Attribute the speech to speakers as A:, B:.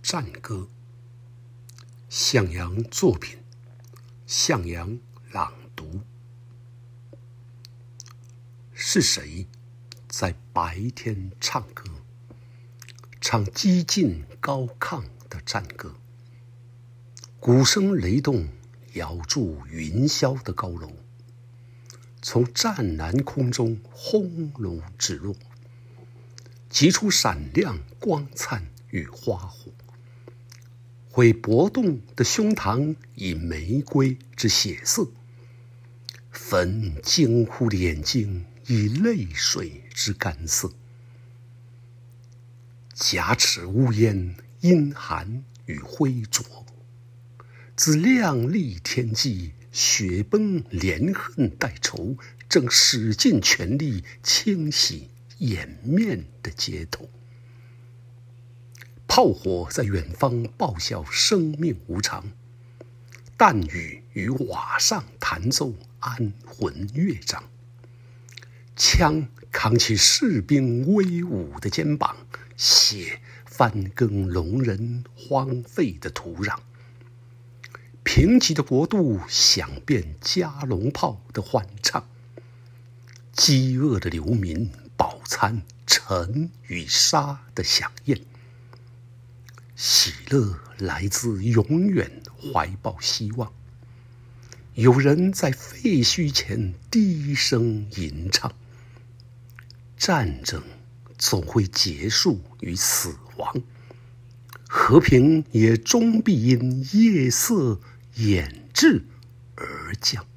A: 战歌，向阳作品，向阳朗读。是谁在白天唱歌，唱激进高亢的战歌？鼓声雷动，摇住云霄的高楼，从湛蓝空中轰隆直落，击出闪亮光灿与花火，会搏动的胸膛以玫瑰之血色，焚惊呼的眼睛以泪水之干涩，夹持乌烟阴寒与灰浊，自亮丽天际雪崩怜恨带愁，正使尽全力清洗掩面的街头。炮火在远方报晓生命无常，弹雨于瓦上弹奏安魂乐章，枪扛起士兵威武的肩膀，血翻耕聋人荒废的土壤。贫瘠的国度响遍加农炮的欢唱，饥饿的流民饱餐尘与沙的响宴。喜乐来自永远怀抱希望，有人在废墟前低声吟唱。战争总会结束于死亡，和平也终必因夜色掩至而降。